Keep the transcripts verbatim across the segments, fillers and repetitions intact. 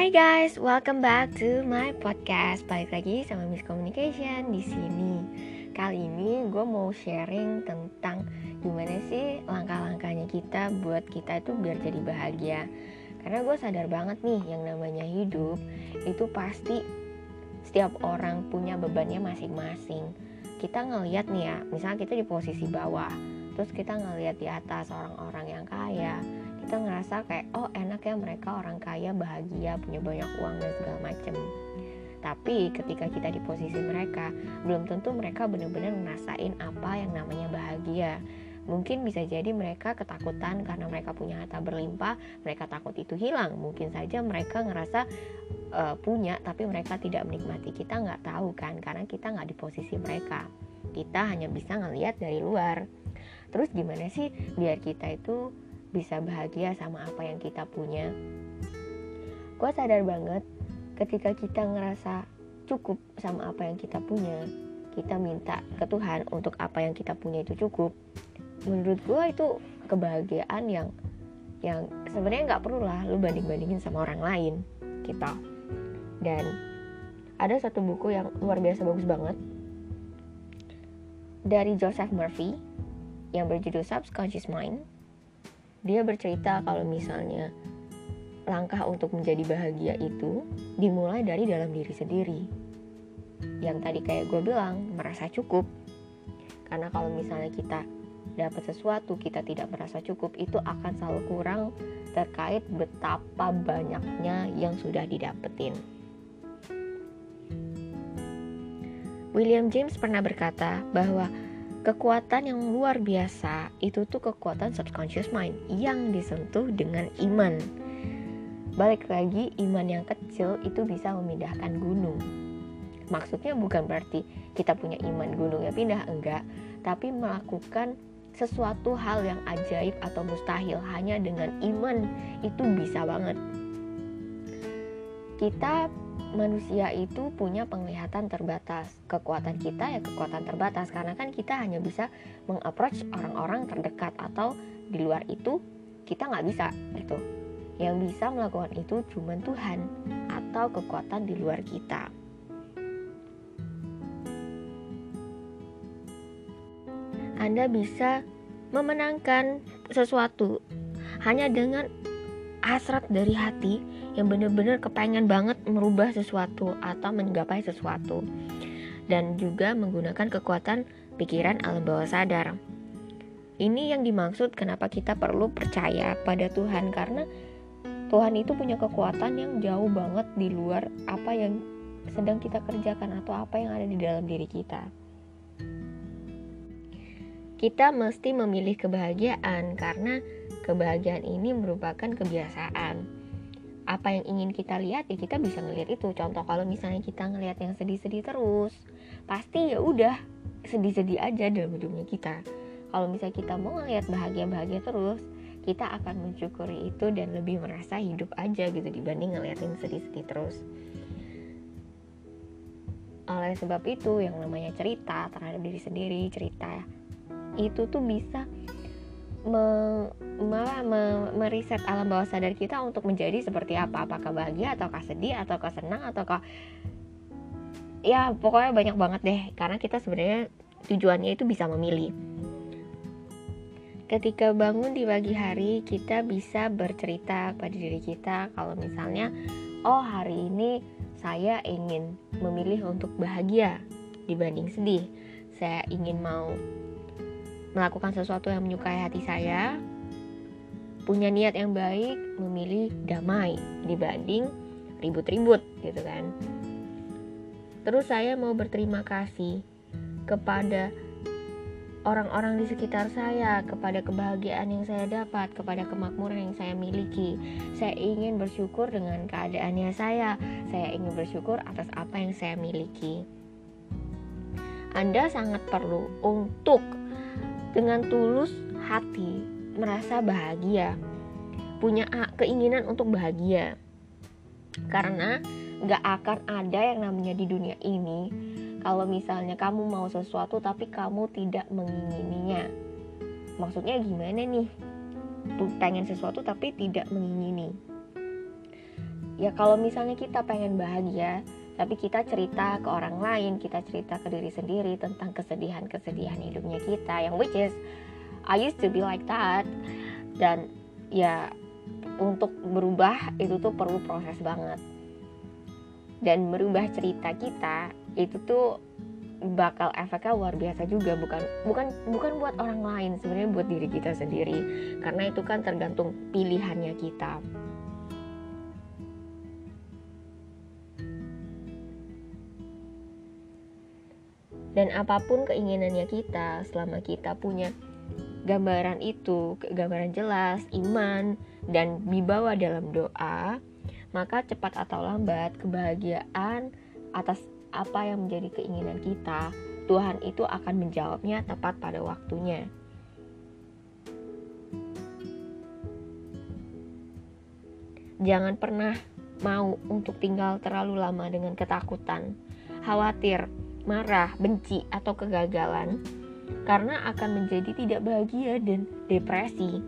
Hai guys, welcome back to my podcast. Balik lagi sama Miss Communication di sini. Kali ini gue mau sharing tentang gimana sih langkah-langkahnya kita buat kita itu biar jadi bahagia. Karena gue sadar banget nih, yang namanya hidup itu pasti setiap orang punya bebannya masing-masing. Kita ngelihat nih ya, misalnya kita di posisi bawah, terus kita ngelihat di atas orang-orang yang kaya, kita ngerasa kayak oh enak ya mereka orang kaya, bahagia, punya banyak uang dan segala macem. Tapi ketika kita di posisi mereka, belum tentu mereka benar-benar ngerasain apa yang namanya bahagia. Mungkin bisa jadi mereka ketakutan karena mereka punya harta berlimpah, mereka takut itu hilang. Mungkin saja mereka ngerasa uh, punya tapi mereka tidak menikmati. Kita nggak tahu kan, karena kita nggak di posisi mereka. Kita hanya bisa ngelihat dari luar. Terus gimana sih biar kita itu bisa bahagia sama apa yang kita punya? Gue sadar banget ketika kita ngerasa cukup sama apa yang kita punya, kita minta ke Tuhan untuk apa yang kita punya itu cukup. Menurut gue itu kebahagiaan yang yang sebenarnya nggak perlu lah lu banding-bandingin sama orang lain gitu. Dan ada satu buku yang luar biasa bagus banget dari Joseph Murphy yang berjudul Subconscious Mind. Dia bercerita kalau misalnya langkah untuk menjadi bahagia itu dimulai dari dalam diri sendiri. Yang tadi kayak gue bilang, merasa cukup. Karena kalau misalnya kita dapat sesuatu, kita tidak merasa cukup, itu akan selalu kurang terkait betapa banyaknya yang sudah didapetin. William James pernah berkata bahwa kekuatan yang luar biasa itu tuh kekuatan subconscious mind yang disentuh dengan iman. Balik lagi, iman yang kecil itu bisa memindahkan gunung. Maksudnya bukan berarti kita punya iman gunungnya pindah, enggak. Tapi melakukan sesuatu hal yang ajaib atau mustahil hanya dengan iman itu bisa banget. Kita manusia itu punya penglihatan terbatas. Kekuatan kita ya kekuatan terbatas, karena kan kita hanya bisa meng-approach orang-orang terdekat, atau di luar itu kita nggak bisa gitu. Yang bisa melakukan itu cuma Tuhan atau kekuatan di luar kita. Anda bisa memenangkan sesuatu hanya dengan hasrat dari hati yang benar-benar kepengen banget merubah sesuatu atau menggapai sesuatu, dan juga menggunakan kekuatan pikiran alam bawah sadar. Ini yang dimaksud kenapa kita perlu percaya pada Tuhan, karena Tuhan itu punya kekuatan yang jauh banget di luar apa yang sedang kita kerjakan atau apa yang ada di dalam diri kita. Kita mesti memilih kebahagiaan karena kebahagiaan ini merupakan kebiasaan. Apa yang ingin kita lihat ya kita bisa ngelihat itu. Contoh kalau misalnya kita ngelihat yang sedih-sedih terus, pasti ya udah sedih-sedih aja dalam hidupnya kita. Kalau misalnya kita mau ngelihat bahagia-bahagia terus, kita akan mensyukuri itu dan lebih merasa hidup aja gitu dibanding ngeliatin sedih-sedih terus. Oleh sebab itu yang namanya cerita terhadap diri sendiri, cerita itu tuh bisa me- malah me- meriset alam bawah sadar kita untuk menjadi seperti apa, apakah bahagia ataukah sedih ataukah senang ataukah ya pokoknya banyak banget deh, karena kita sebenarnya tujuannya itu bisa memilih. Ketika bangun di pagi hari, kita bisa bercerita pada diri kita kalau misalnya oh hari ini saya ingin memilih untuk bahagia dibanding sedih. Saya ingin mau melakukan sesuatu yang menyukai hati saya, punya niat yang baik, memilih damai dibanding ribut-ribut gitu kan. Terus saya mau berterima kasih kepada orang-orang di sekitar saya, kepada kebahagiaan yang saya dapat, kepada kemakmuran yang saya miliki. Saya ingin bersyukur dengan keadaannya saya, saya ingin bersyukur atas apa yang saya miliki. Anda sangat perlu untuk dengan tulus hati merasa bahagia, punya keinginan untuk bahagia. Karena gak akan ada yang namanya di dunia ini kalau misalnya kamu mau sesuatu tapi kamu tidak mengingininya. Maksudnya gimana nih? Tuh pengen sesuatu tapi tidak mengingini. Ya kalau misalnya kita pengen bahagia, tapi kita cerita ke orang lain, kita cerita ke diri sendiri tentang kesedihan-kesedihan hidupnya kita, yang which is I used to be like that. Dan ya untuk berubah itu tuh perlu proses banget. Dan merubah cerita kita itu tuh bakal efeknya luar biasa juga, bukan bukan bukan buat orang lain, sebenarnya buat diri kita sendiri, karena itu kan tergantung pilihannya kita. Dan apapun keinginannya kita, selama kita punya gambaran itu, gambaran jelas, iman, dan dibawa dalam doa, maka cepat atau lambat kebahagiaan atas apa yang menjadi keinginan kita, Tuhan itu akan menjawabnya tepat pada waktunya. Jangan pernah mau untuk tinggal terlalu lama dengan ketakutan, khawatir, marah, benci, atau kegagalan, karena akan menjadi tidak bahagia dan depresi.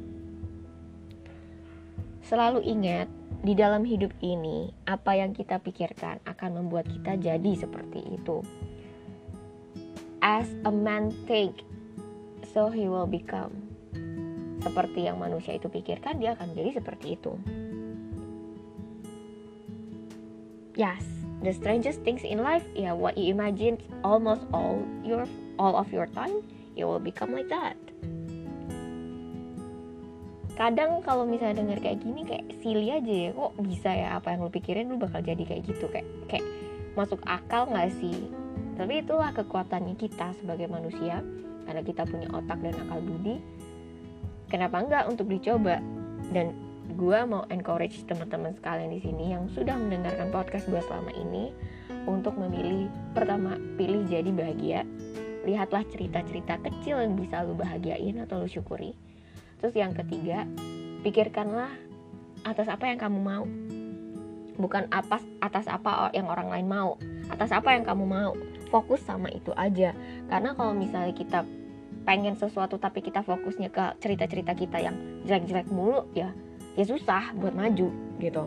Selalu ingat, di dalam hidup ini, apa yang kita pikirkan akan membuat kita jadi seperti itu. As a man think, so he will become. Seperti yang manusia itu pikirkan, dia akan jadi seperti itu. Yes, the strangest things in life, yeah, what you imagine almost all your all of your time, you will become like that. Kadang kalau misalnya denger kayak gini kayak silly aja ya, kok bisa ya apa yang lu pikirin lu bakal jadi kayak gitu, kayak kayak masuk akal nggak sih? Tapi itulah kekuatannya kita sebagai manusia, karena kita punya otak dan akal budi. Kenapa enggak untuk dicoba? Dan gue mau encourage teman-teman sekalian di sini yang sudah mendengarkan podcast gue selama ini untuk memilih, pertama pilih jadi bahagia. Lihatlah cerita-cerita kecil yang bisa lu bahagiain atau lu syukuri. Terus yang ketiga, pikirkanlah atas apa yang kamu mau. Bukan atas, atas apa yang orang lain mau. Atas apa yang kamu mau. Fokus sama itu aja. Karena kalau misalnya kita pengen sesuatu tapi kita fokusnya ke cerita-cerita kita yang jelek-jelek mulu, ya ya susah buat maju gitu.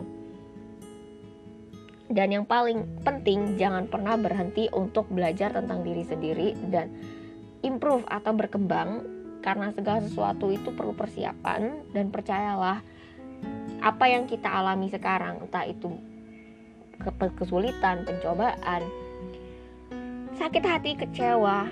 Dan yang paling penting, jangan pernah berhenti untuk belajar tentang diri sendiri dan improve atau berkembang. Karena segala sesuatu itu perlu persiapan, dan percayalah apa yang kita alami sekarang, entah itu kesulitan, pencobaan, sakit hati, kecewa,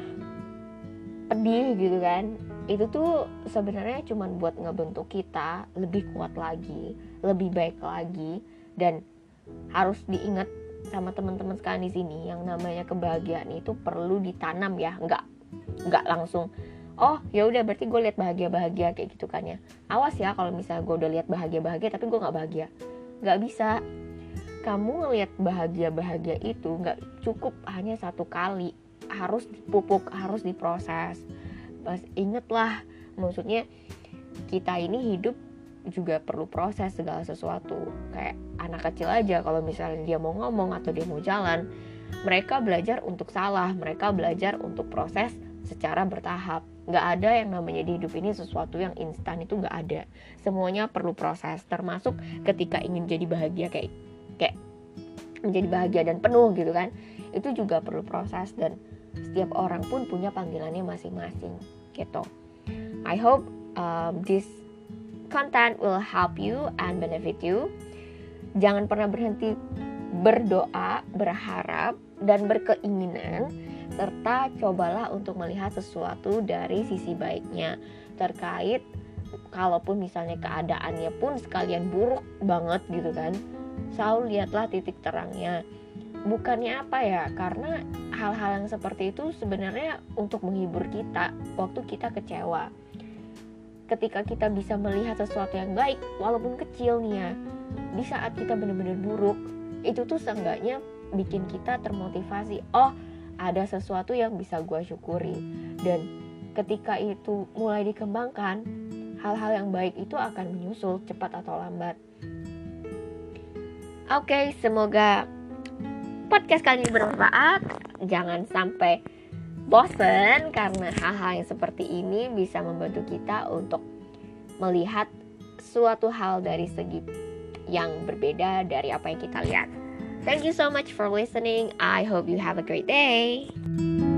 pedih gitu kan, itu tuh sebenarnya cuma buat ngebentuk kita lebih kuat lagi, lebih baik lagi. Dan harus diingat sama teman-teman sekalian di sini, yang namanya kebahagiaan itu perlu ditanam ya, nggak nggak langsung oh ya udah berarti gue lihat bahagia-bahagia kayak gitu kan ya. Awas ya kalau misalnya gue udah lihat bahagia-bahagia tapi gue nggak bahagia. Nggak bisa. Kamu ngelihat bahagia-bahagia itu nggak cukup hanya satu kali. Harus dipupuk, harus diproses. Pas ingetlah, maksudnya kita ini hidup juga perlu proses segala sesuatu. Kayak anak kecil aja, kalau misalnya dia mau ngomong atau dia mau jalan, mereka belajar untuk salah, mereka belajar untuk proses secara bertahap. Nggak ada yang namanya di hidup ini sesuatu yang instan, itu nggak ada. Semuanya perlu proses, termasuk ketika ingin jadi bahagia kayak kayak menjadi bahagia dan penuh gitu kan, itu juga perlu proses. Dan setiap orang pun punya panggilannya masing-masing gitu. I hope um, this content will help you and benefit you. Jangan pernah berhenti berdoa, berharap, dan berkeinginan, serta cobalah untuk melihat sesuatu dari sisi baiknya. Terkait kalaupun misalnya keadaannya pun sekalian buruk banget gitu kan, selalu lihatlah titik terangnya. Bukannya apa ya, karena hal-hal yang seperti itu sebenarnya untuk menghibur kita waktu kita kecewa. Ketika kita bisa melihat sesuatu yang baik, walaupun kecil nih ya, di saat kita benar-benar buruk, itu tuh seenggaknya bikin kita termotivasi. Oh, ada sesuatu yang bisa gue syukuri. Dan ketika itu mulai dikembangkan, hal-hal yang baik itu akan menyusul cepat atau lambat. Oke, okay, semoga podcast kali ini bermanfaat. Jangan sampai bosen, karena hal-hal yang seperti ini bisa membantu kita untuk melihat suatu hal dari segi yang berbeda dari apa yang kita lihat. Thank you so much for listening. I hope you have a great day.